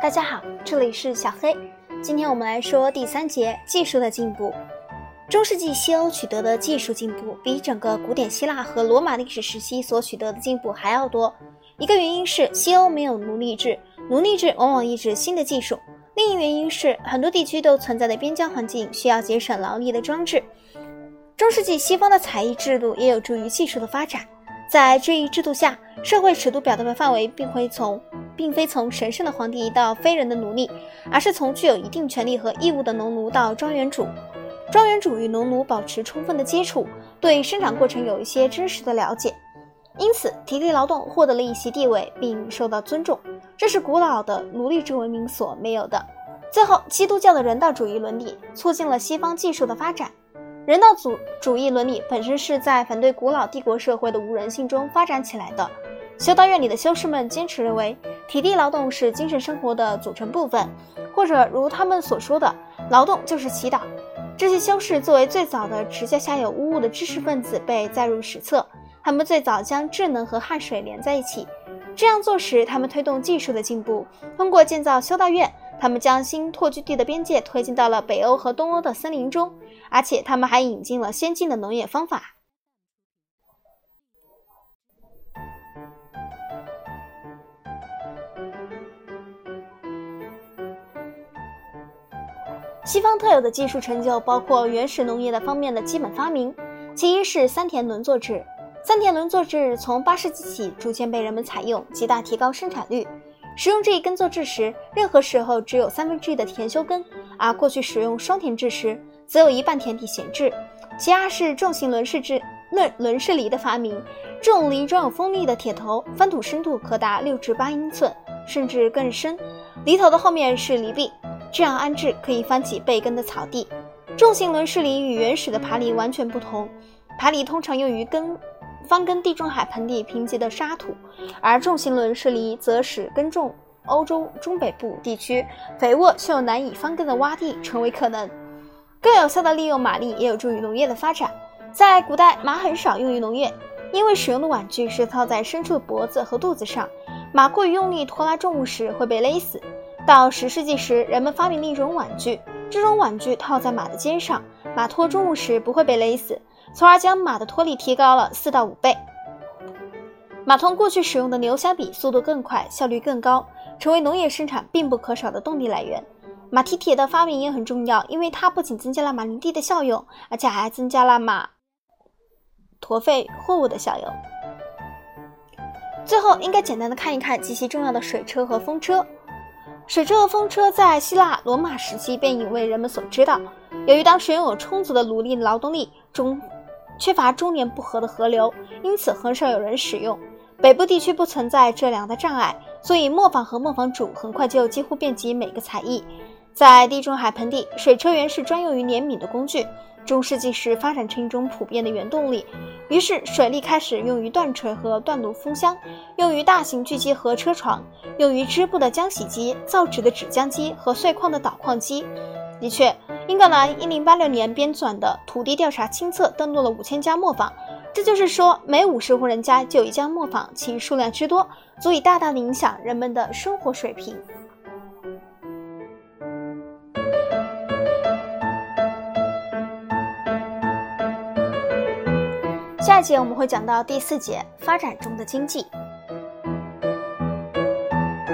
大家好，这里是小黑。今天我们来说第3节技术的进步。中世纪西欧取得的技术进步比整个古典希腊和罗马历史时期所取得的进步还要多。一个原因是西欧没有奴隶制，奴隶制往往抑制新的技术。另一原因是很多地区都存在的边疆环境需要节省劳力的装置。中世纪西方的采邑制度也有助于技术的发展。在这一制度下，社会尺度表达的范围并非从神圣的皇帝到非人的奴隶，而是从具有一定权利和义务的农奴到庄园主。庄园主与农奴保持充分的接触，对生产过程有一些真实的了解，因此体力劳动获得了一席地位并受到尊重，这是古老的奴隶制文明所没有的。最后，基督教的人道主义伦理促进了西方技术的发展。人道主义伦理本身是在反对古老帝国社会的无人性中发展起来的。修道院里的修士们坚持认为，体力劳动是精神生活的组成部分，或者如他们所说的，劳动就是祈祷。这些修士作为最早的持家下有污物的知识分子被载入史册，他们最早将智能和汗水连在一起。这样做时，他们推动技术的进步。通过建造修道院，他们将新拓居地的边界推进到了北欧和东欧的森林中，而且他们还引进了先进的农业方法。西方特有的技术成就包括原始农业的方面的基本发明，其一是3田轮作制。3田轮作制从8世纪起逐渐被人们采用，极大提高生产率。使用这一耕作制时，任何时候只有1/3的田休耕，而过去使用双田制时，则有1半田地闲置。其二是重型轮式犁的发明，这种犁装有锋利的铁头，翻土深度可达6至8英寸，甚至更深。犁头的后面是犁壁，这样安置可以翻起倍耕的草地。重型轮式犁与原始的耙犁完全不同，耙犁通常用于翻耕地中海盆地贫瘠的沙土，而重型轮式犁则使耕种欧洲中北部地区肥沃却又难以翻耕的洼地成为可能。更有效地利用马力也有助于农业的发展。在古代，马很少用于农业，因为使用的碗具是套在牲畜的脖子和肚子上，马过于用力拖拉重物时会被勒死。到10世纪时，人们发明了一种碗具，这种碗具套在马的肩上，马拖重物时不会被勒死，从而将马的拖力提高了4到5倍。马同过去使用的牛相比，速度更快，效率更高，成为农业生产必不可少的动力来源。马蹄铁的发明也很重要，因为它不仅增加了马犁地的效用，而且还增加了马驮废货物的效用。最后应该简单的看一看极其重要的水车和风车。水车和风车在希腊、罗马时期便已为人们所知道。由于当时拥有充足的奴隶劳动力，缺乏终年不和的河流，因此很少有人使用。北部地区不存在这两大障碍，所以磨坊和磨坊主很快就几乎遍及每个采邑。在地中海盆地，水车原是专用于碾米的工具，中世纪时发展成一种普遍的原动力，于是水力开始用于断锤和断炉风箱，用于大型锯机和车床，用于织布的浆洗机、造纸的纸浆机和碎矿的捣矿机。的确，英格兰1086年编纂的土地调查清册登录了5000家磨坊，这就是说每50户人家就有一家磨坊，其数量之多足以大大的影响人们的生活水平。下一节我们会讲到第4节发展中的经济。